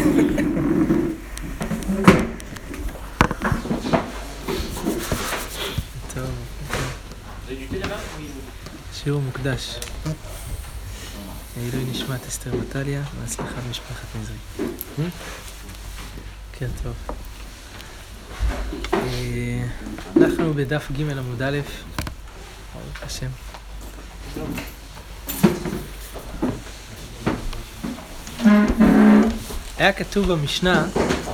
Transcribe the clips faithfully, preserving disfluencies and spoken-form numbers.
טוב. שיעור מוקדש. אלוהי נשמת אסתר מטליה, והצלחת משפחת נזרי. כן, טוב. אנחנו בדף ג' עמוד א', ברוך השם. היה כתוב במשנה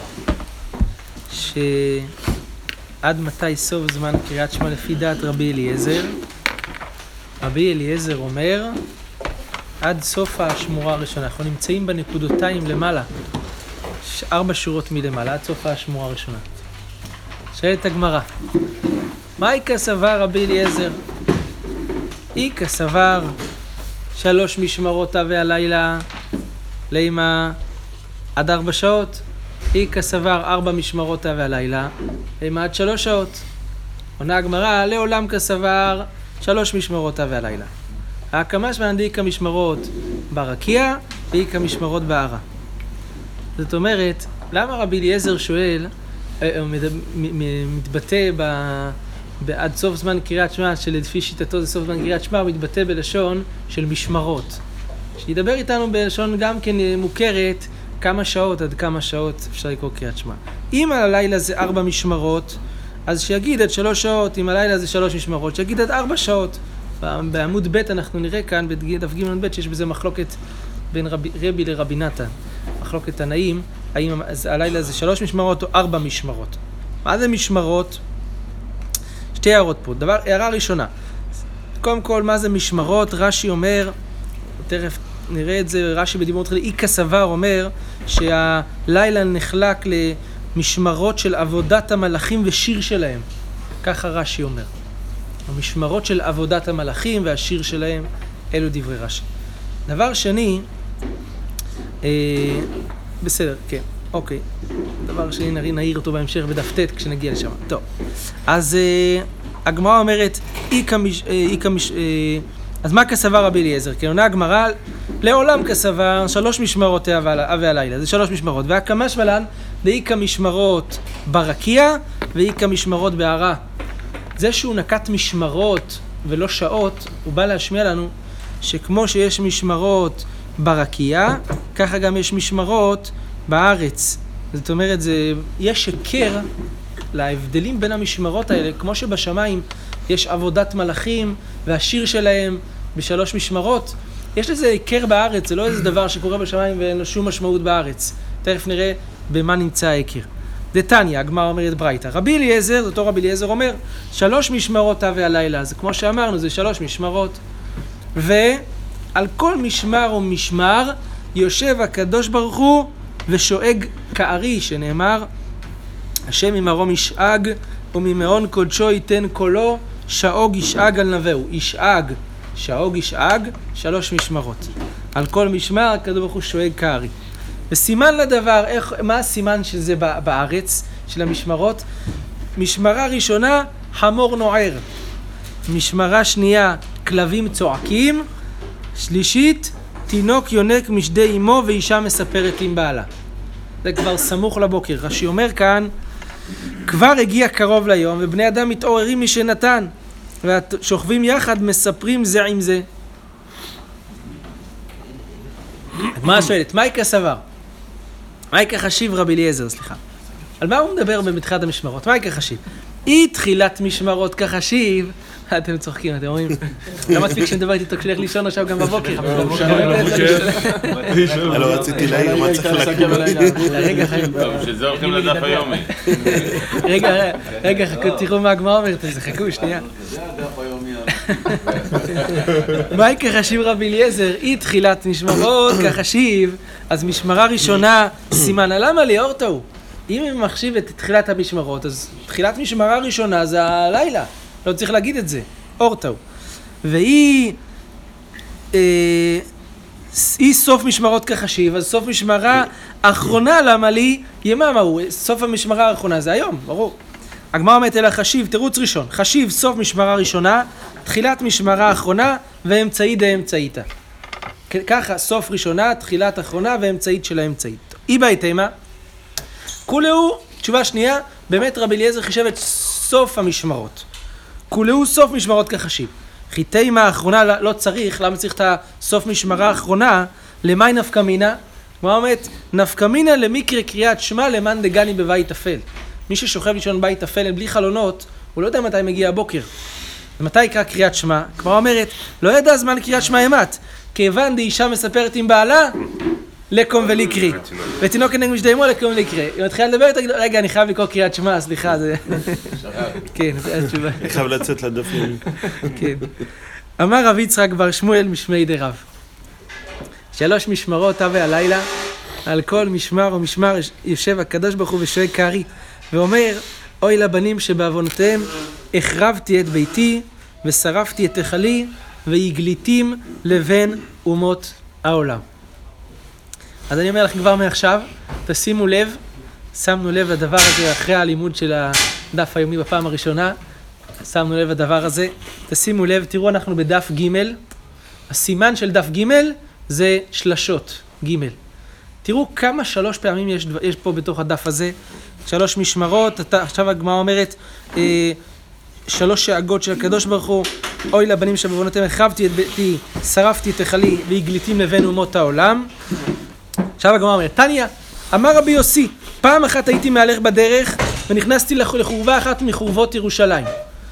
שעד מתי סוף זמן קריאת שמע לפי דעת רבי אליעזר. רבי אליעזר אומר עד סוף השמורה הראשונה. אנחנו נמצאים בנקודותיים למעלה, ארבע שורות מלמעלה, עד סוף השמורה הראשונה. שואלת הגמרא, מה איקה סבר רבי אליעזר? איקה סבר שלוש משמרות והלילה לימה עד ארבע שעות. איקה סבר ארבע משמרות והלילה לימה עד שלוש שעות. עונה הגמרא, לעולם כסבר שלוש משמרות והלילה. ההקמה שמלן דאיקה משמרות ברקיע ואיקה משמרות בערה. זאת אומרת, למה רבי אליעזר שואל, מתבטא בעד סוף זמן קריאת שמע, שלפי שיטתו זה סוף זמן קריאת שמע, הוא מתבטא בלשון של משמרות. שידבר איתנו בלשון גם כן מוכרת, כמה שעות עד כמה שעות אפשר לקרוא קריאת שמע. אם על הלילה זה ארבע משמרות, אז שיגיד עד שלוש שעות. אם הלילה זה שלוש משמרות, שיגיד עד ארבע שעות. בעמוד ב' אנחנו נראה כאן, בדף ג' עמוד ב', שיש בזה מחלוקת בין רבי, רבי לרבי נתן. מחלוקת תנאים, האם הלילה זה שלוש משמרות או ארבע משמרות. מה זה משמרות? שתי הערות פה. דבר, הערה ראשונה. קודם כל, מה זה משמרות? רש"י אומר, תכף נראה את זה, רש"י בדיבור תחילה, איקה סבר אומר שהלילה נחלק למשמרות של עבודת המלאכים ושיר שלהם. ככה רש"י אומר. המשמרות של עבודת המלאכים והשיר שלהם, אלו דברי רש"י. דבר שני, אה, בסדר, כן, אוקיי. דבר שני נראה, נעיר אותו בהמשך בדף ט' כשנגיע לשם. טוב, אז אה, הגמרא אומרת, איקה מש... אה, איקה מש... אה, אז מה כסבר רבי אליעזר? כי עונה הגמרא, לעולם כסבר שלוש משמרות והלילה, זה שלוש משמרות. והקמה שמלן, דאיקה משמרות ברקיע ואיקה משמרות בערה. זה שהוא נקט משמרות ולא שעות, הוא בא להשמיע לנו שכמו שיש משמרות ברקיע, ככה גם יש משמרות בארץ. זאת אומרת, זה, יש שקר להבדלים בין המשמרות האלה, כמו שבשמיים יש עבודת מלאכים והשיר שלהם בשלוש משמרות, יש לזה עיקר בארץ, זה לא איזה דבר שקורה בשמיים ואין לו שום משמעות בארץ. תכף נראה במה נמצא העיקר. דתניא, הגמרא אומרת ברייתא, רבי אליעזר, אותו רבי אליעזר אומר, שלוש משמרות והלילה, זה כמו שאמרנו, זה שלוש משמרות. ועל כל משמר ומשמר יושב הקדוש ברוך הוא ושואג כארי, שנאמר, השם ממרום ישאג וממעון קודשו ייתן קולו, שאוג ישאג על נבהו. ישאג, שאוג ישאג, שלוש משמרות. על כל משמר הקדוש ברוך הוא שואג כארי. וסימן לדבר, איך, מה הסימן של זה בארץ, של המשמרות? משמרה ראשונה, חמור נוער. משמרה שנייה, כלבים צועקים. שלישית, תינוק יונק משדי אמו ואישה מספרת עם בעלה. זה כבר סמוך לבוקר. רש"י אומר כאן, כבר הגיע קרוב ליום ובני אדם מתעוררים משנתן ושוכבים יחד מספרים זה עם זה. מה השואלת? מה איקה סבר? מה איקה חשיב רבי אליעזר, סליחה. על מה הוא מדבר במתחילת המשמרות? מה איקה חשיב? אי תחילת משמרות כחשיב. אתם צוחקים, אתם אומרים, לא מספיק שנדבר איתי כשלך לישון עכשיו גם בבוקר. לא רציתי להעיר, מה צריך לקום? רגע, חיים. שזה הולכים לדף היומי. רגע, רגע, תראו מה הגמרא אומרת, זה חכו, שנייה. זה הדף היומי. מה כחשיב רבי אליעזר? אי תחילת משמרות כחשיב, אז משמרה ראשונה סימן. למה לי? אורתו. אם הם מחשיב את תחילת המשמרות, אז תחילת משמרה ראשונה זה הלילה. לא צריך להגיד את זה, אורתו. והיא אה, היא סוף משמרות כחשיב, אז סוף משמרה אחרונה, למה לי? יממה הוא, סוף המשמרה האחרונה זה היום, ברור. הגמרא אומרת אלא חשיב, תירוץ ראשון, חשיב סוף משמרה ראשונה, תחילת משמרה אחרונה, ואמצעי דאמצעיתא. ככה, סוף ראשונה, תחילת אחרונה, ואמצעית של האמצעית. אי באי תימה, כולהו, תשובה שנייה, באמת רבי אליעזר חישב את סוף המשמרות. כולהו סוף משמרות כחשיב. כי תימה האחרונה לא צריך, למה צריך את הסוף משמרה האחרונה? למי נפקא מינה? מה אומרת? נפקא מינה למקרה קריאת שמע למאן דגני בבית אפל. מי ששוכב לישון בית אפל בלי חלונות, הוא לא יודע מתי מגיע הבוקר. ומתי יקרא קריאת שמע? כבר אומרת, לא ידע זמן קריאת שמע אמת. כיוון דאישה מספרת עם בעלה, לקום ולקרי. ותינוק כנגד משדיימו, לקום ולקרי. אם מתחילה לדבר, תגיד לו, רגע, אני חייב לקרוא קריאת שמע, סליחה, זה... כן, זה התשובה. אני חייב לצאת לדפים. כן. אמר רב יצחק בר שמואל משמי דרב. שלוש משמרות הווה הלילה, על כל משמר ומשמר יושב הקדוש ברוך הוא ושואג קרי, ואומר, אוי לבנים שבעוונותיהם, החרבתי את ביתי, ושרפתי את היכלי, והגליתים לבין אומות העולם. אז אני אומר לכם כבר מעכשיו, תשימו לב, שמנו לב לדבר הזה אחרי הלימוד של הדף היומי בפעם הראשונה, שמנו לב לדבר הזה, תשימו לב, תראו אנחנו בדף ג', הסימן של דף ג' זה שלשות, ג'. תראו כמה שלוש פעמים יש, יש פה בתוך הדף הזה, שלוש משמרות, אתה, עכשיו הגמרא אומרת, אה, שלוש שאגות של הקדוש ברוך הוא, אוי לבנים שבעוונותיהם החרבתי את ביתי, שרפתי את היכלי, והגליתים לבין אומות העולם. עכשיו הגמרא אומרת, תניא, אמר רבי יוסי, פעם אחת הייתי מהלך בדרך, ונכנסתי לחורבה אחת מחורבות ירושלים.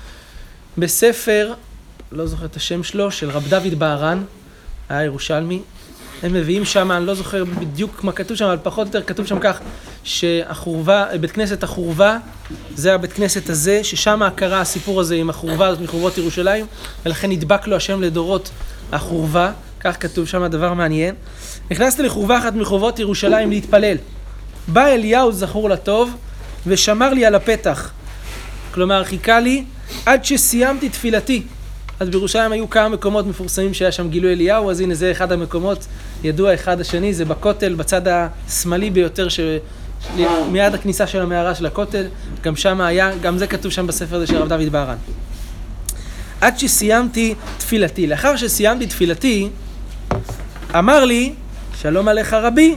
בספר, לא זוכר את השם שלו, של רב דוד בהרן, היה ירושלמי, הם מביאים שם, אני לא זוכר בדיוק מה כתוב שם, אבל פחות או יותר כתוב שם כך, שהחורבה, בית כנסת החורבה, זה הבית כנסת הזה, ששם קרה הסיפור הזה עם החורבה הזאת מחורבות ירושלים, ולכן נדבק לו השם לדורות החורבה, כך כתוב שם הדבר מעניין. נכנסתי לחורבה אחת מחורבות ירושלים להתפלל. בא אליהו זכור לטוב, ושמר לי על הפתח. כלומר, חיכה לי עד שסיימתי תפילתי. אז בירושלים היו כמה מקומות מפורסמים שהיה שם גילוי אליהו, אז הנה זה אחד המקומות, ידוע אחד השני, זה בכותל, בצד השמאלי ביותר, ש... מיד הכניסה של המערה של הכותל, גם שם היה, גם זה כתוב שם בספר הזה של רב דוד בהרן. עד שסיימתי תפילתי. לאחר שסיימתי תפילתי, אמר לי, שלום עליך רבי.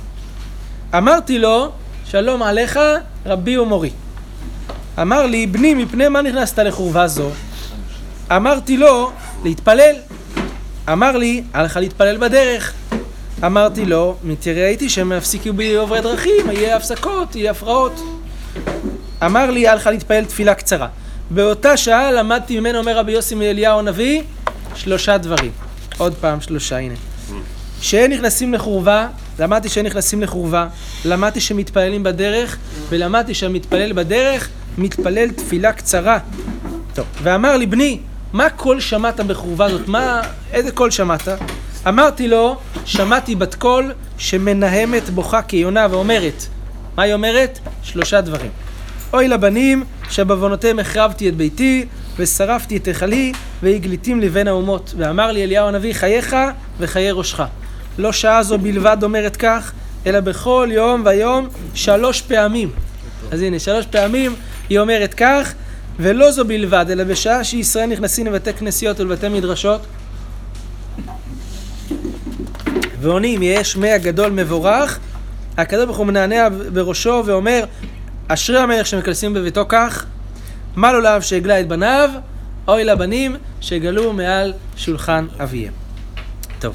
אמרתי לו, שלום עליך רבי ומורי. אמר לי, בני, מפני מה נכנסת לחורבה זו? אמרתי לו, להתפלל. אמר לי, הלך להתפלל בדרך. אמרתי לו, מתראה הייתי שהם הפסיקו בי עוברי דרכים, יהיה הפסקות, יהיה הפרעות. אמר לי, הלך להתפלל תפילה קצרה. באותה שעה למדתי ממנו, אומר רבי יוסי מאליהו הנביא, שלושה דברים. עוד פעם שלושה, הנה. שהם נכנסים לחורבה, למדתי שהם נכנסים לחורבה, למדתי שמתפללים בדרך, ולמדתי שהמתפלל בדרך, מתפלל תפילה קצרה. טוב, ואמר לי, בני, מה קול שמעת בחורבה הזאת? מה, איזה קול שמעת? אמרתי לו, שמעתי בת קול שמנהמת בוכה כיונה ואומרת. מה היא אומרת? שלושה דברים. אוי לבנים שבעוונותיהם החרבתי את ביתי ושרפתי את היכלי והגליתים לבין האומות. ואמר לי אליהו הנביא, חייך וחיי ראשך. לא שעה זו בלבד אומרת כך, אלא בכל יום ויום שלוש פעמים. אז הנה, שלוש פעמים היא אומרת כך, ולא זו בלבד, אלא בשעה שישראל נכנסים לבתי כנסיות ולבתי מדרשות, ועונים, יש מאה גדול מבורך, הקדוש ברוך הוא מנענע בראשו ואומר, אשרי המלך שמקלסים בביתו כך, מה לו לאב שהגלה את בניו, אוי לבנים שגלו מעל שולחן אביהם. טוב.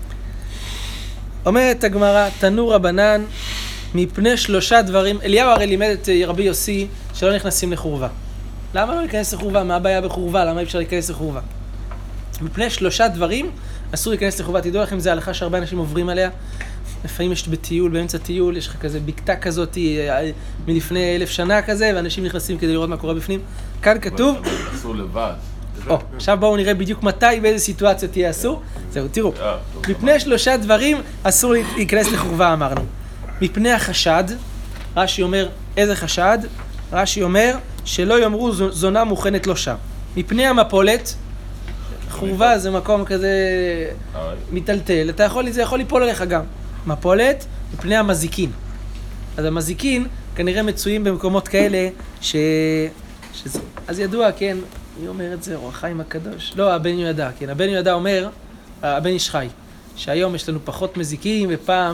אומרת הגמרא, תנו רבנן, מפני שלושה דברים, אליהו הרי לימד את רבי יוסי שלא נכנסים לחורבה. למה לא להיכנס לחורבה? מה הבעיה בחורבה? למה אי אפשר להיכנס לחורבה? מפני שלושה דברים אסור להיכנס לחורבה. תדעו לכם, זה הלכה שהרבה אנשים עוברים עליה. לפעמים יש בטיול, באמצע טיול, יש לך כזה בקתה כזאת מלפני אלף שנה כזה, ואנשים נכנסים כדי לראות מה קורה בפנים. כאן כתוב... אסור לבד. או, עכשיו בואו נראה בדיוק מתי, באיזה סיטואציה תהיה אסור. זהו, תראו. מפני שלושה דברים אסור להיכנס לחורבה, אמרנו. מפני החשד, רש"י אומר, איזה חשד? רש"י אומר, שלא יאמרו זונה מוכנת לא שם. מפני המפולת, חורבה זה מקום כזה מטלטל, אתה יכול, זה יכול ליפול עליך גם. מפולת, מפני המזיקין. אז המזיקין כנראה מצויים במקומות כאלה ש... שזה... אז ידוע, כן, מי אומר את זה? אור החיים הקדוש? לא, הבן יהודה, כן. הבן יהודה אומר, הבן איש חי, שהיום יש לנו פחות מזיקים, ופעם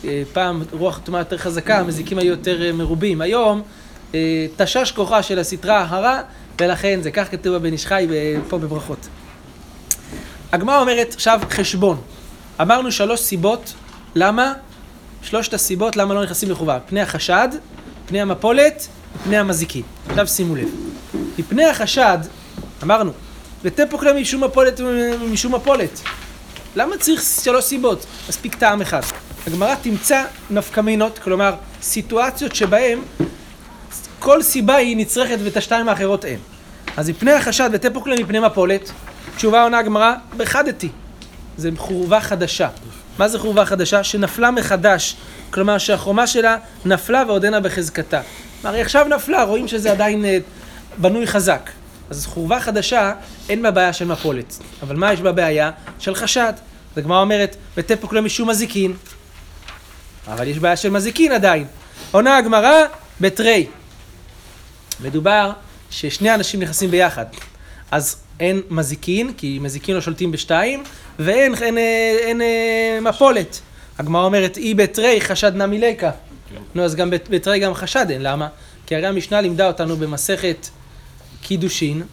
פעם רוח טומאה יותר חזקה, המזיקים היו יותר מרובים. היום, תשש כוחה של הסטרה הרע, ולכן זה כך כתוב בבן איש חי פה בברכות. הגמרא אומרת עכשיו חשבון. אמרנו שלוש סיבות, למה? שלושת הסיבות למה לא נכנסים לחובה. פני החשד, פני המפולת, פני המזיקים. עכשיו שימו לב. מפני החשד, אמרנו, ותפוק להם משום מפולת ומשום מפולת. למה צריך שלוש סיבות? מספיק טעם אחד. הגמרא תמצא נפקמינות, כלומר סיטואציות שבהן כל סיבה היא נצרכת ואת השתיים האחרות אין. אז מפני החשד ותפוק להם מפני מפולת, תשובה עונה הגמרא, בחדתי. זה חורבה חדשה. מה זה חורבה חדשה? שנפלה מחדש. כלומר שהחומה שלה נפלה ועודנה בחזקתה. הרי עכשיו נפלה, רואים שזה עדיין בנוי חזק. אז חורבה חדשה, אין בה בעיה של מפולת. אבל מה יש בה בעיה? של חשד. אז הגמרא אומרת, ותפוק להם משום מזיקין. אבל יש בעיה של מזיקין עדיין. עונה הגמרא, בתרי. מדובר ששני אנשים נכנסים ביחד. אז אין מזיקין, כי מזיקין לא שולטים בשתיים, ואין אין, אין, אין, מפולת. הגמרא אומרת, אי בתרי חשד נמי ליקה. נו, אז גם בתרי גם חשד אין. למה? כי הרי המשנה לימדה אותנו במסכת קידושין,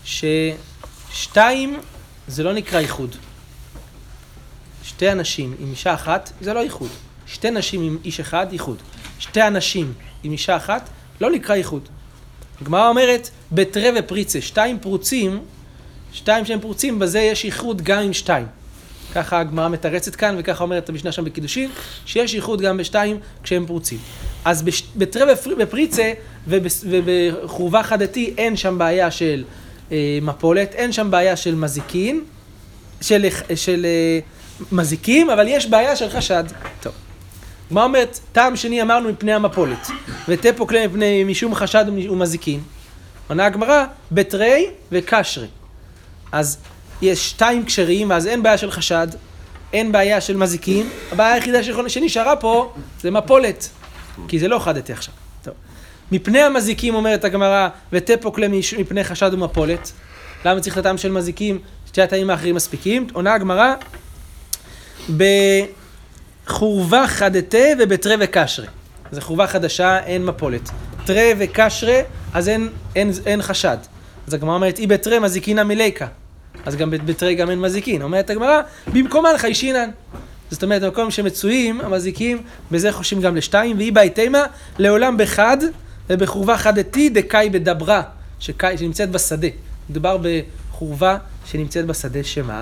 ששתיים זה לא נקרא איחוד. שתי אנשים עם אישה אחת זה לא איחוד. שתי נשים עם איש אחד, איחוד. שתי אנשים עם אישה אחת לא נקרא איחוד. הגמרא אומרת, בתרי ופריצה, שתיים פרוצים, שתיים שהם פרוצים, בזה יש איחוד גם עם שתיים. ככה הגמרא מתרצת כאן, וככה אומרת המשנה שם בקידושין, שיש איחוד גם בשתיים כשהם פרוצים. אז בתרי ופריצה ובחורבה חדתי אין שם בעיה של אה, מפולת, אין שם בעיה של מזיקין, של, של אה, מזיקים, אבל יש בעיה של חשד. טוב. מה אומרת? טעם שני אמרנו מפני המפולת, ותפוק להם מפני משום חשד ומזיקין. עונה הגמרא, בתרי וקשרי. אז יש שתיים קשרים, אז אין בעיה של חשד, אין בעיה של מזיקים. הבעיה היחידה שנשארה פה זה מפולת, כי זה לא חדתי עכשיו. טוב. מפני המזיקים אומרת הגמרא, ותפוק להם מפני חשד ומפולת. למה צריך את הטעם של מזיקים? שתי הטעמים האחרים מספיקים. עונה הגמרא, בחורבה חדתה ובתרי וקשרי. זה חורבה חדשה, אין מפולת. תרי וקשרי, אז אין, אין, אין חשד. אז הגמרא אומרת, אי בתרי מזיקין נמי ליקה. אז גם בתרי גם אין מזיקין. אומרת הגמרא, במקומן חיישינן. זאת אומרת, במקום שמצויים, המזיקים, בזה חושבים גם לשתיים, ואי באי תימה, לעולם בחד, ובחורבה חדתי דקאי בדברה, שקאי, שנמצאת בשדה. מדובר בחורבה שנמצאת בשדה, שמה?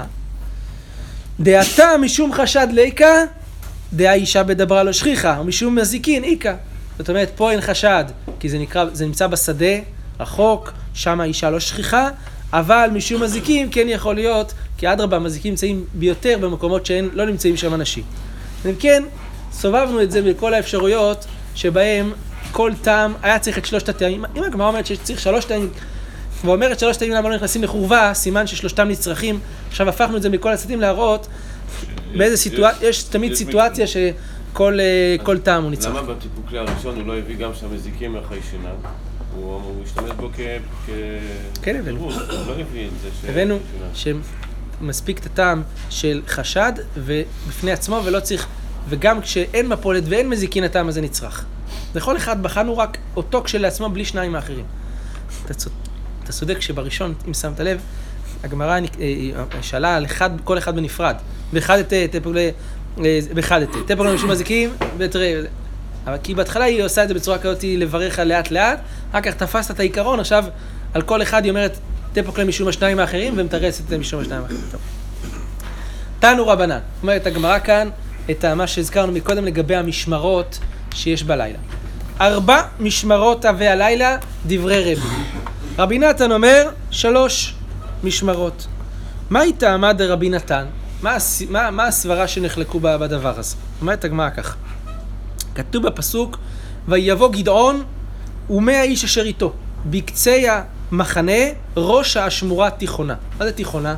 דעתה משום חשד ליקה, דעה אישה בדברה לא שכיחה, ומשום מזיקין איקה. זאת אומרת, פה אין חשד, כי זה, נקרא, זה נמצא בשדה, רחוק, שם האישה לא שכיחה, אבל משום מזיקים כן יכול להיות, כי אדרבה, מזיקים נמצאים ביותר במקומות שאין, לא נמצאים שם אנשים. אם כן, סובבנו את זה בכל האפשרויות שבהם כל טעם היה צריך את שלושת הטעמים. אם הגמרא אומרת שצריך שלוש טעמים, ואומרת שלוש טעמים למה לא נכנסים לחורבה, סימן ששלושתם נצרכים. עכשיו הפכנו את זה מכל הצדדים להראות באיזה סיטואציה, יש תמיד סיטואציה שכל כל טעם הוא נצרך. למה בטיפוקלי הראשון הוא לא הביא גם שהמזיקים מהחיישינן? הוא השתמש בו כתירוץ, הוא לא הביא את זה. הבאנו שמספיק את הטעם של חשד ובפני עצמו ולא צריך, וגם כשאין מפולת ואין מזיקין הטעם הזה נצרך. לכל אחד בחנו רק אותו כשלעצמו בלי שניים האחרים. אתה צודק שבראשון, אם שמת לב, הגמרא שאלה על אחד, כל אחד בנפרד. באחד את תפוקלי, באחד את תפוקלי משום מזיקים, בתרי. אבל כי בהתחלה היא עושה את זה בצורה כזאת לברך לאט לאט, אחר כך תפסת את העיקרון, עכשיו על כל אחד היא אומרת תפוק להם משום השניים האחרים, ומתרצת את זה משום השניים האחרים. טוב. תנו רבנן, אומרת הגמרא כאן את מה שהזכרנו מקודם לגבי המשמרות שיש בלילה. ארבע משמרות הווה הלילה, דברי רבי. רבי נתן אומר שלוש משמרות. מה היא טעמה דרבי נתן? מה, מה, מה הסברה שנחלקו בדבר הזה? אומרת הגמרא כך. כתוב בפסוק, ויבוא גדעון ומאה איש אשר איתו, בקצה המחנה ראש האשמורה תיכונה. מה זה תיכונה?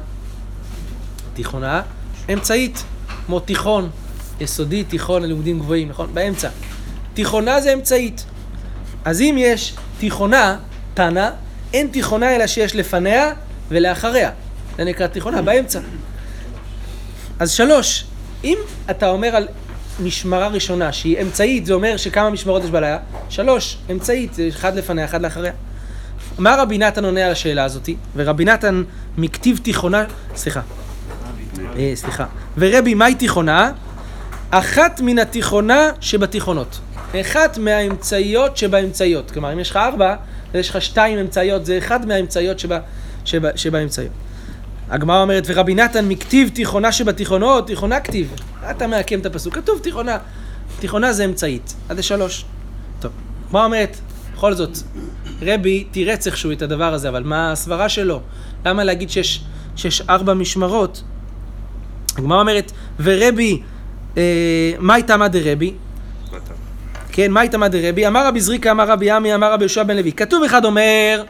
תיכונה אמצעית, כמו תיכון, יסודי, תיכון, לימודים גבוהים, נכון? באמצע. תיכונה זה אמצעית. אז אם יש תיכונה, תנה, אין תיכונה אלא שיש לפניה ולאחריה. זה נקרא תיכונה, באמצע. אז שלוש, אם אתה אומר על משמרה ראשונה שהיא אמצעית, זה אומר שכמה משמרות יש בלילה? שלוש, אמצעית, אחד לפניה, אחד לאחריה. מה רבי נתן עונה על השאלה הזאת? ורבי נתן מכתיב תיכונה, סליחה, אה, סליחה, ורבי מהי תיכונה? אחת מן התיכונה שבתיכונות, אחת מהאמצעיות שבאמצעיות, כלומר אם יש לך ארבע, יש לך שתיים אמצעיות, זה אחד מהאמצעיות שבה, שבה, שבאמצעיות. הגמרא אומרת, ורבי נתן מכתיב תיכונה שבתיכונות, תיכונה כתיב. אתה מעקם את הפסוק, כתוב תיכונה. תיכונה זה אמצעית, עד שלוש. טוב, הגמרא אומרת, בכל זאת, רבי תירץ איכשהו את הדבר הזה, אבל מה הסברה שלו? למה להגיד שיש, שיש ארבע משמרות? הגמרא אומרת, ורבי, אה, מה הייתה מה דרבי? כן, מה הייתה מה דרבי? אמר רבי זריקה, אמר רבי עמי, אמר רבי יהושע בן לוי. כתוב אחד אומר,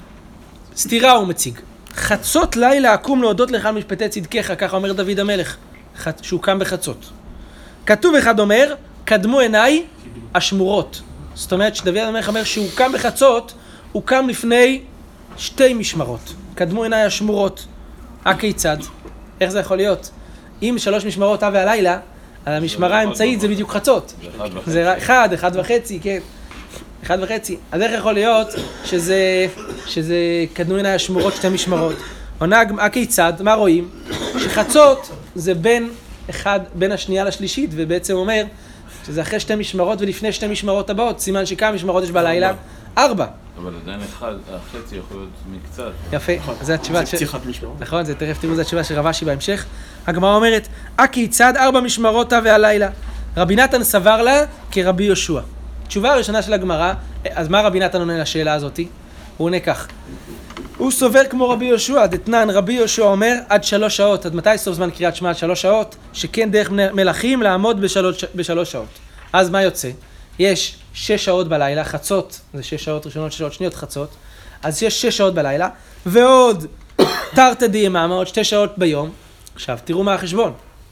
סתירה הוא מציג. חצות לילה אקום להודות לך על משפטי צדקך, ככה אומר דוד המלך, שהוא קם בחצות. כתוב אחד אומר, קדמו עיניי השמורות. זאת אומרת שדוד המלך אומר שהוא קם בחצות, הוא קם לפני שתי משמרות. קדמו עיניי השמורות. הכיצד? איך זה יכול להיות? אם שלוש משמרות הווה הלילה, על המשמרה האמצעית זה בדיוק חצות. זה אחד, אחד וחצי, כן. אחד וחצי. אז איך יכול להיות שזה, שזה קדמו עיניי השמורות שתי משמרות? עונה הכיצד, מה רואים? שחצות זה בין אחד, בין השנייה לשלישית, ובעצם אומר שזה אחרי שתי משמרות ולפני שתי משמרות הבאות, סימן שכמה משמרות יש בלילה? ארבע. אבל עדיין אחד, החצי יכול להיות מקצת. יפה, זה התשובה זה פתיחת משמרות. נכון, זה תכף תראו, זה התשובה של רב אשי בהמשך. הגמרא אומרת, הכיצד ארבע משמרות הווה הלילה. רבי נתן סבר לה כרבי יהושע. התשובה הראשונה של הגמרא, אז מה רבי נתן עונה לשאלה הזאת? הוא עונה כך. הוא סובר כמו רבי יהושע, דתנן רבי יהושע אומר עד שלוש שעות. עד מתי סוף זמן קריאת שמע? עד שלוש שעות, שכן דרך מלכים לעמוד בשלוש, בשלוש שעות. אז מה יוצא? יש שש שעות בלילה, חצות, זה שש שעות ראשונות, שש שעות שניות חצות, אז יש שש שעות בלילה, ועוד תרתי דאממה, עוד שתי שעות ביום. עכשיו, תראו מה החשבון.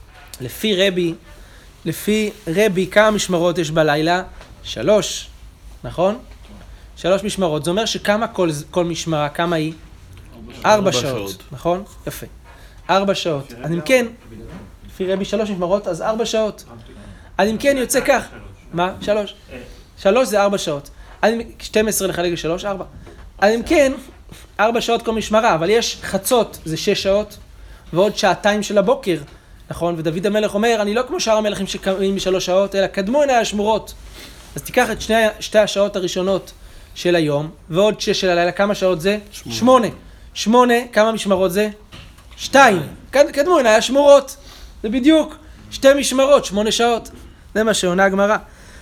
לפי רבי, לפי רבי, כמה משמרות יש בלילה? שלוש, נכון? שלוש משמרות. זה אומר שכמה כל, כל משמרה, כמה היא? ארבע שעות, שעות, נכון? יפה. ארבע שעות. אז אם כן, לפי רבי שלוש משמרות, אז ארבע שעות. אז אם כן יוצא כך. מה? שלוש. שלוש זה ארבע שעות. שתים עשרה לחלק לשלוש, ארבע. אז אם כן, ארבע שעות כל משמרה, אבל יש חצות, זה שש שעות, ועוד שעתיים של הבוקר, נכון? ודוד המלך אומר, אני לא כמו שאר המלכים שקמים בשלוש שעות, אלא קדמו עיניי השמורות. אז תיקח את שני, שתי השעות הראשונות של היום, ועוד שש של הלילה, כמה שעות זה? שמונה. שמונה. שמונה, כמה משמרות זה? שתיים. קדמו עיניי השמורות. זה בדיוק. שתי משמרות, שמונה שעות. זה מה שעונה הגמרא.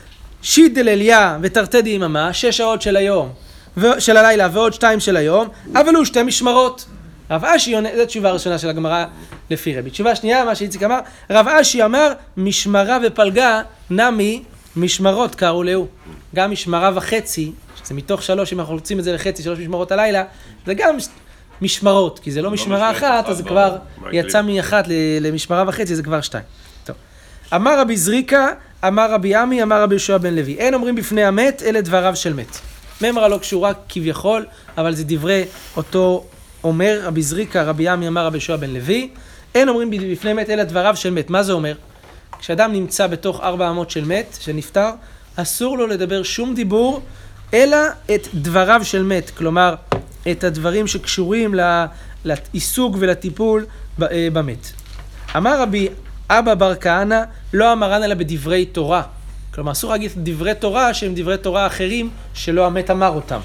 שיט דליליה ותרתי דאממה, שש שעות של היום, של הלילה ועוד שתיים של היום, אבל הוא שתי משמרות. רב אשי עונה, זו תשובה הראשונה של הגמרא לפי רבי. תשובה שנייה, מה שאיציק אמר, רב אשי אמר, משמרה ופלגה נמי משמרות קראו להו. גם משמרה וחצי, שזה מתוך שלוש, אם אנחנו רוצים את זה לחצי, שלוש משמרות הלילה, זה גם משמרות, כי זה לא משמרה אחת, אז זה כבר יצא מאחת למשמרה וחצי, זה כבר שתיים. טוב. אמר רבי זריקה, אמר רבי עמי, אמר רבי יהושע בן לוי. אין אומרים בפני המת, אלה דבריו של מת. ממרה לא קשורה כביכול, אבל זה דברי אותו אומר, רבי זריקה, רבי עמי, אמר רבי יהושע בן לוי. אין אומרים בפני מת, אלה דבריו של מת. מה זה אומר? כשאדם נמצא בתוך ארבע אמות של מת, שנפטר, אסור לו לדבר שום דיבור, אלא את דבריו של מת. כלומר, את הדברים שקשורים לעיסוק ולטיפול במת. אמר רבי אבא בר כהנא, לא אמרן אלא בדברי תורה. כלומר, אסור להגיד דברי תורה שהם דברי תורה אחרים שלא המת אמר אותם.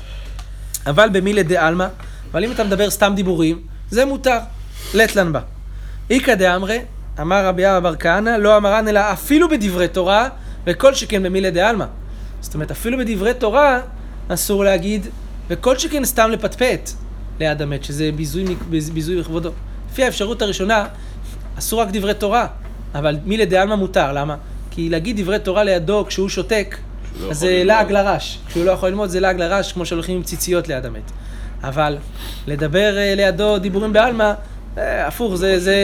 אבל במילי דעלמא, אבל אם אתה מדבר סתם דיבורים, זה מותר. לטלן בה. איקא דאמרי, אמר רבי אבא בר כהנא, לא אמרן אלא אפילו בדברי תורה, וכל שכן במילי דעלמא. זאת אומרת, אפילו בדברי תורה אסור להגיד, וכל שכן סתם לפטפט ליד המת, שזה ביזוי, ביזוי בכבודו. לפי האפשרות הראשונה, אסור רק דברי תורה, אבל מילי דעלמא מותר. למה? כי להגיד דברי תורה לידו כשהוא שותק, אז זה לעג לרש. כשהוא לא יכול ללמוד זה לעג לרש, כמו שהולכים עם ציציות ליד המת. אבל לדבר לידו דיבורים בעלמא, הפוך, זה, זה,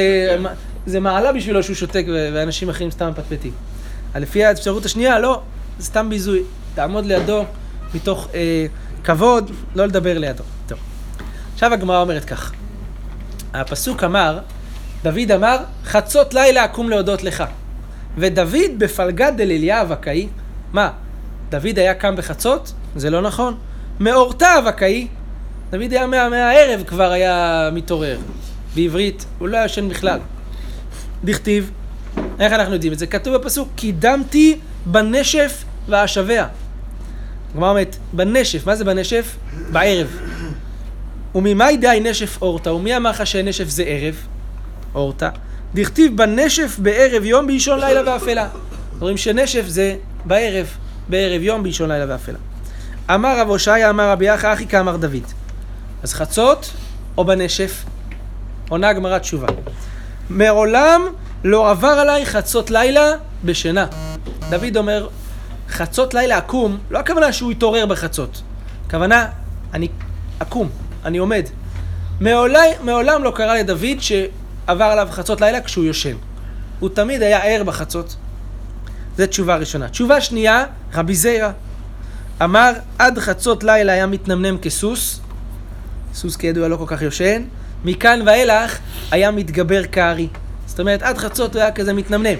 זה מעלה בשבילו שהוא שותק ואנשים אחרים סתם מפטפטים. לפי האפשרות השנייה, לא, זה סתם ביזוי. תעמוד לידו מתוך אה, כבוד, לא לדבר לידו. טוב. עכשיו הגמרא אומרת כך. הפסוק אמר, דוד אמר, חצות לילה אקום להודות לך. ודוד בפלגה דליליה אבקאי. מה? דוד היה קם בחצות? זה לא נכון. מאורתה אבקאי. דוד היה מה, מהערב כבר היה מתעורר. בעברית הוא לא ישן בכלל. דכתיב, איך אנחנו יודעים את זה? כתוב בפסוק, קידמתי בנשף ואשביה. כלומר אומרת, בנשף, מה זה בנשף? בערב. וממי די נשף אורתה? ומי אמר לך שנשף זה ערב? אורתה. דכתיב בנשף בערב יום באישון לילה ואפלה. אומרים שנשף זה בערב, בערב יום באישון לילה ואפלה. אמר רב הושעיה, אמר רבי אחא, אחי כאמר דוד. אז חצות או בנשף? עונה הגמרא תשובה. מעולם לא עבר עליי חצות לילה בשינה. דוד אומר, חצות לילה אקום, לא הכוונה שהוא יתעורר בחצות. הכוונה, אני אקום, אני עומד. מעולם, מעולם לא קרה לדוד שעבר עליו חצות לילה כשהוא יושן. הוא תמיד היה ער בחצות. זו תשובה ראשונה. תשובה שנייה, רבי זיירא. אמר, עד חצות לילה היה מתנמנם כסוס. סוס כידוע לא כל כך יושן. מכאן ואילך היה מתגבר כארי. זאת אומרת, עד חצות הוא היה כזה מתנמנם.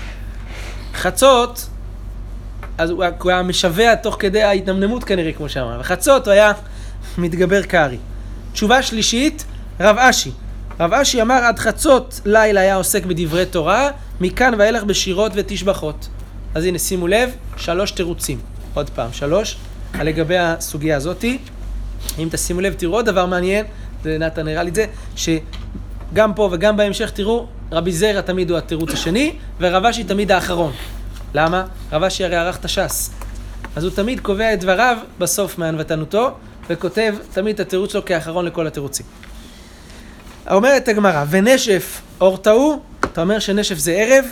חצות, אז הוא היה משווה תוך כדי ההתנמנמות כנראה, כמו שאמר. וחצות הוא היה מתגבר כארי. תשובה שלישית, רב אשי. רב אשי אמר, עד חצות לילה היה עוסק בדברי תורה, מכאן ואילך בשירות ותשבחות. אז הנה, שימו לב, שלוש תירוצים. עוד פעם, שלוש, על לגבי הסוגיה הזאת. אם תשימו לב, תראו עוד דבר מעניין, זה נתן נראה לי את זה, שגם פה וגם בהמשך תראו, רבי זיירא תמיד הוא התירוץ השני, ורב אשי תמיד האחרון. למה? רב אשי הרי ערך את הש"ס. אז הוא תמיד קובע את דבריו בסוף מענוותנותו, וכותב תמיד את התירוץ שלו כאחרון לכל התירוצים. אומרת הגמרא, ונשף אורתה הוא, אתה אומר שנשף זה ערב,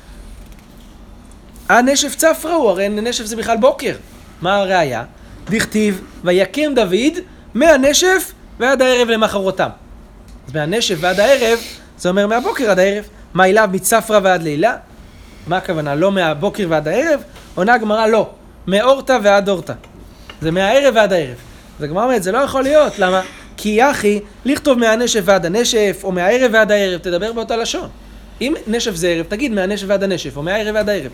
הנשף צפרא הוא, הרי נשף זה בכלל בוקר. מה הראיה? דכתיב, ויקם דוד מהנשף ועד הערב למחרותם. אז מהנשף ועד הערב, זה אומר מהבוקר עד הערב. מה אליו מצפרא ועד לילה? מה הכוונה? לא מהבוקר ועד הערב? עונה הגמרא לא. מאורתה ועד אורתה. זה מהערב ועד הערב. אז הגמרא אומרת, זה לא יכול להיות. למה? כי אחי, לכתוב מהנשף ועד הנשף, או מהערב ועד הערב, תדבר באותה לשון. אם נשף זה ערב, תגיד מהנשף ועד הנשף, או מהערב ועד הערב.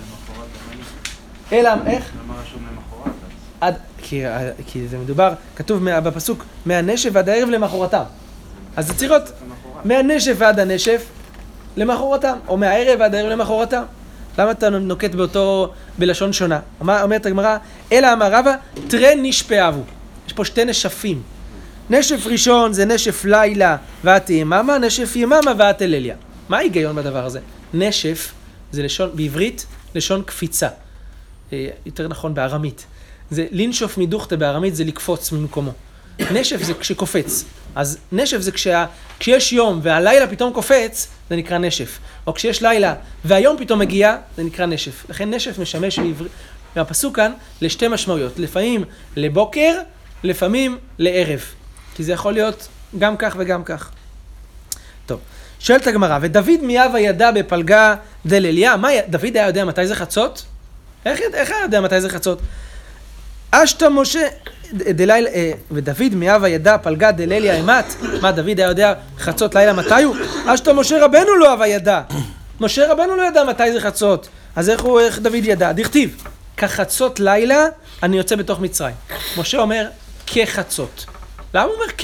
אלא, איך? למה רשום למחרת? עד, כי, כי זה מדובר, כתוב בפסוק, מהנשף ועד הערב למחרתם. אז זה צריך להיות מהנשף ועד הנשף למחרתם, או מהערב ועד הערב למחרתם. למה אתה נוקט באותו, בלשון שונה? אומרת הגמרא, אלא אמר רבא, תראה נשפעבו. יש פה שתי נשפים. נשף ראשון זה נשף לילה ואת יממה, נשף יממה ואת אליליה. מה ההיגיון בדבר הזה? נשף זה לשון, בעברית, לשון קפיצה. יותר נכון בארמית. זה לנשוף מדוכתא בארמית זה לקפוץ ממקומו. נשף זה כשקופץ. אז נשף זה כשה, כשיש יום והלילה פתאום קופץ, זה נקרא נשף. או כשיש לילה והיום פתאום מגיע, זה נקרא נשף. לכן נשף משמש בעברית, מהפסוק כאן, לשתי משמעויות. לפעמים לבוקר, לפעמים לערב. כי זה יכול להיות גם כך וגם כך. טוב, שואלת הגמרא, ודוד מיהווה ידע בפלגה דליליה, מה דוד היה יודע מתי זה חצות? איך, איך היה יודע מתי זה חצות? אשתא משה, דליל, ודוד מיהווה ידע פלגה דליליה אימת, מה דוד היה יודע חצות לילה מתי הוא? אשתא משה רבנו לא הווה ידע. משה רבנו לא ידע מתי זה חצות. אז איך הוא, איך דוד ידע? דכתיב, כחצות לילה אני יוצא בתוך מצרים. משה אומר, כחצות. למה הוא אומר כ?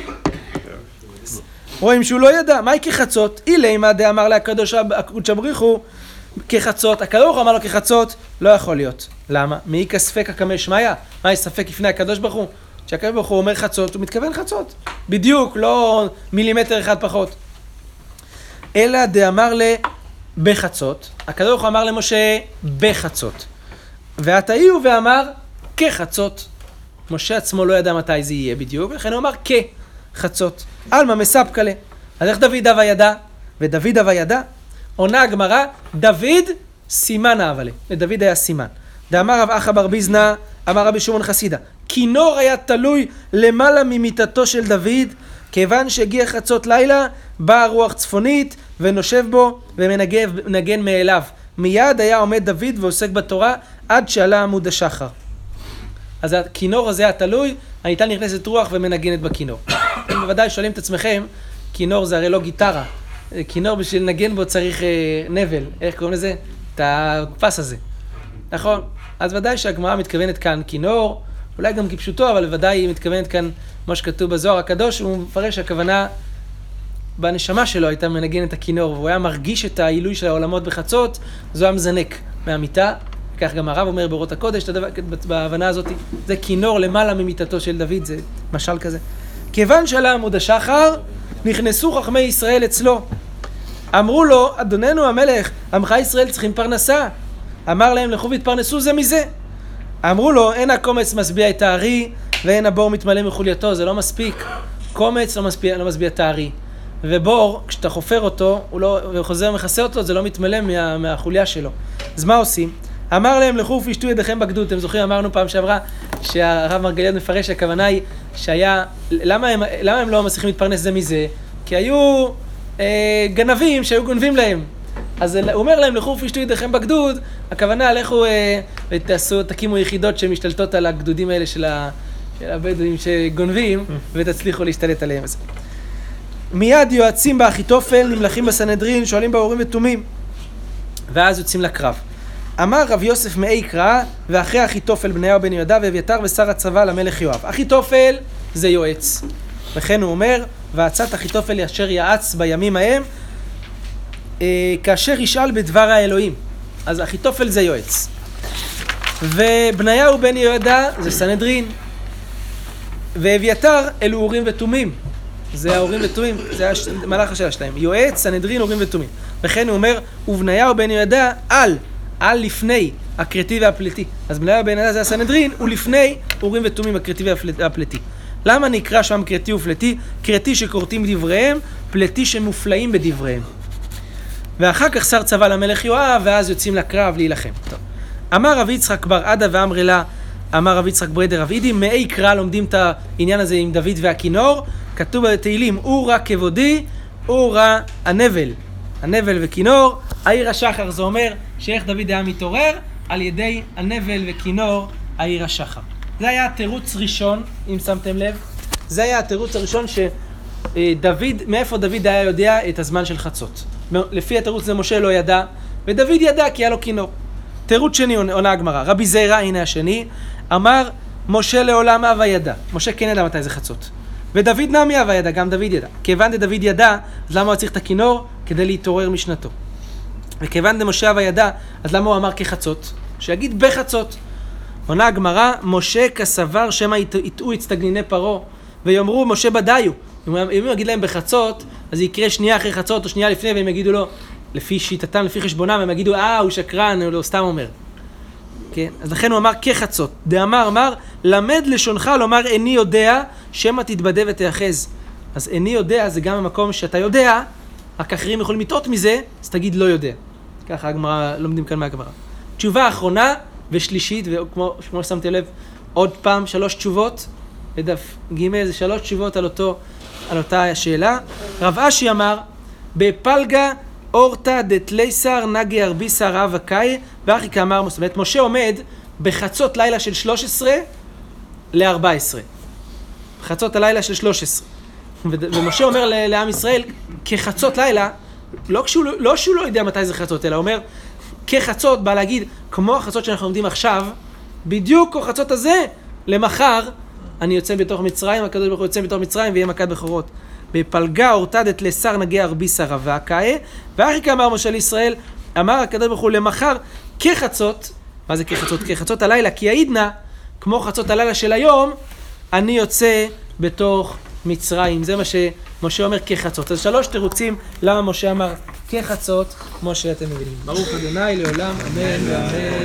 רואים שהוא לא ידע. מהי כחצות? אילי מה דאמר לה הקדוש הבריך הוא כחצות. הקדוש אמר לו כחצות, לא יכול להיות. למה? מי כספק הקמא שמיא? מה יש ספק לפני הקדוש ברוך הוא? כשהקדוש ברוך הוא אומר חצות, הוא מתכוון חצות. בדיוק, לא מילימטר אחד פחות. אלא דאמר לה בחצות. הקדוש ברוך הוא אמר למשה בחצות. והתאיהו ואמר כחצות. משה עצמו לא ידע מתי זה יהיה בדיוק, לכן הוא אמר כחצות. אלמה מספקא לה. אז איך דוד הווה ידע? ודוד הווה ידע? עונה הגמרא, דוד סימן אהבה לה. לדוד היה סימן. דאמר רב אחא בר ביזנא, אמר רבי שמעון חסידה, כינור היה תלוי למעלה ממיטתו של דוד, כיוון שהגיע חצות לילה, באה רוח צפונית ונושב בו ומנגן מאליו. מיד היה עומד דוד ועוסק בתורה עד שעלה עמוד השחר. אז הכינור הזה התלוי, הייתה נכנסת רוח ומנגנת בכינור. אתם בוודאי שואלים את עצמכם, כינור זה הרי לא גיטרה, כינור בשביל לנגן בו צריך אה, נבל, איך קוראים לזה? את הפס הזה. נכון? אז ודאי שהגמרא מתכוונת כאן כינור, אולי גם כפשוטו, אבל ודאי היא מתכוונת כאן, מה שכתוב בזוהר הקדוש, הוא מפרש הכוונה בנשמה שלו הייתה מנגן את הכינור, והוא היה מרגיש את העילוי של העולמות בחצות, זו היה מזנק מהמיטה, כך גם הרב אומר באורות הקודש, בהבנה הזאת, זה כינור למעלה ממיטתו של דוד, זה משל כזה. כיוון שעלה עמוד השחר, נכנסו חכמי ישראל אצלו. אמרו לו, אדוננו המלך, עמך ישראל צריכים פרנסה. אמר להם, לכו והתפרנסו זה מזה. אמרו לו, אין הקומץ משביע את הארי, ואין הבור מתמלא מחולייתו, זה לא מספיק. קומץ לא משביע, לא משביע את הארי. ובור, כשאתה חופר אותו, הוא לא, וחוזר ומכסה אותו, זה לא מתמלא מה, מהחוליה שלו. אז מה עושים? אמר להם, לכו ופשטו ידיכם בגדוד. אתם זוכרים, אמרנו פעם שעברה, שהרב מרגליות מפרש, הכוונה היא שהיה, למה הם, למה הם לא מצליחים להתפרנס זה מזה? כי היו אה, גנבים שהיו גונבים להם. אז הוא אומר להם, לכו ופשטו ידיכם בגדוד, הכוונה, לכו אה, ותעשו, תקימו יחידות שמשתלטות על הגדודים האלה של, ה, של הבדואים שגונבים, ותצליחו להשתלט עליהם. מיד יועצים באחיתופל, נמלכים בסנהדרין, שואלים בהורים ותומים, ואז יוצאים לקרב. אמר רב יוסף מאי קרא, ואחרי אחיתופל בניהו בן יהודה ואביתר ושר הצבא למלך יואב. אחיתופל זה יועץ. וכן הוא אומר, ועצת אחיתופל אשר יעץ בימים ההם, אה, כאשר ישאל בדבר האלוהים. אז אחיתופל זה יועץ. ובניהו בן יהודה זה סנהדרין. ואביתר אלו אורים ותומים. זה האורים ותומים, זה המלאך השאלה שלהם. יועץ, סנהדרין, אורים ותומים. וכן הוא אומר, ובניהו בן יהודה על, על לפני הקרתי והפלטי. אז בניהו בן יהודה זה הסנהדרין, ולפני אורים ותומים הקרתי והפלטי. למה נקרא שם קרתי ופלטי? קרתי שקוראים דבריהם, פלטי שמופלאים בדבריהם. ואחר כך שר צבא למלך יואב, ואז יוצאים לקרב להילחם. טוב. אמר רב יצחק בר עדה ואמר לה, אמר רב יצחק ברדר רב אידי, מאי קרא לומדים את העניין הזה עם דוד והכינור, כתוב בתהילים, אורה כבודי, אורה הנבל, הנבל וכינור, העיר השחר, זה אומר שאיך דוד היה מתעורר על ידי הנבל וכינור, העיר השחר. זה היה התירוץ ראשון, אם שמתם לב, זה היה התירוץ הראשון שדוד, מאיפה דוד היה יודע את הזמן של חצות. לפי התירוץ זה משה לא ידע, ודוד ידע כי היה לו כינור. תירוץ שני עונה הגמרא, רבי זיירא, הנה השני, אמר משה לעולם אבה ידע, משה כן ידע מתי זה חצות. ודוד נמי אבה ידע, גם דוד ידע. כיוון דוד ידע, אז למה הוא צריך את הכינור? כדי להתעורר משנתו. וכיוון דמשה אבה ידע, אז למה הוא אמר כחצות? שיגיד בחצות. עונה הגמרא, משה כסבר שמא יטעו הצטגניני פרו, ויאמרו משה בדיו. אם הוא יגיד להם בחצות, אז יקרה שנייה אחרי חצות או שנייה לפני, והם יגידו לו, לפי שיטתם, לפי חשבונם, הם יגידו, אה, הוא שקרן, הוא לא סתם אומר. כן? אז לכן הוא אמר כחצות. דאמר, אמר, למד לשונך לומר איני יודע, שמא תתבדה ותאחז. אז איני יודע זה גם המקום שאתה יודע, רק אחרים יכולים לטעות מזה, אז תגיד לא יודע. ככה הגמרא, לומדים כאן מהגמרא. תשובה אחרונה ושלישית, וכמו כמו ששמתי לב, עוד פעם שלוש תשובות, בדף ג' זה שלוש תשובות על, אותו, על אותה שאלה. רב אשי אמר, בפלגה אורתא דתלייסר נגי ארביסר רב הקאי, ואחי כאמר, זאת אומרת, משה עומד בחצות לילה של שלוש עשרה ל-ארבע עשרה. בחצות הלילה של שלוש עשרה. ומשה אומר לעם ישראל, כחצות לילה, לא שהוא, לא שהוא לא יודע מתי זה חצות, אלא אומר, כחצות, בא להגיד, כמו החצות שאנחנו עומדים עכשיו, בדיוק כמו חצות הזה, למחר, אני יוצא בתוך מצרים, הקדוש ברוך הוא יוצא בתוך מצרים, ויהיה מכת בכורות. בפלגה אורתדת לשר נגי ארביסה רבה קאי, ואחי כאמר משה לישראל, אמר הקדוש ברוך הוא למחר, כחצות, מה זה כחצות? כחצות הלילה, כי העידנה, כמו חצות הלילה של היום, אני יוצא בתוך מצרים. זה מה שמשה אומר כחצות. אז שלוש תירוצים למה משה אמר כחצות, כמו שאתם מבינים. ברוך ה' לעולם, אמן ואמן.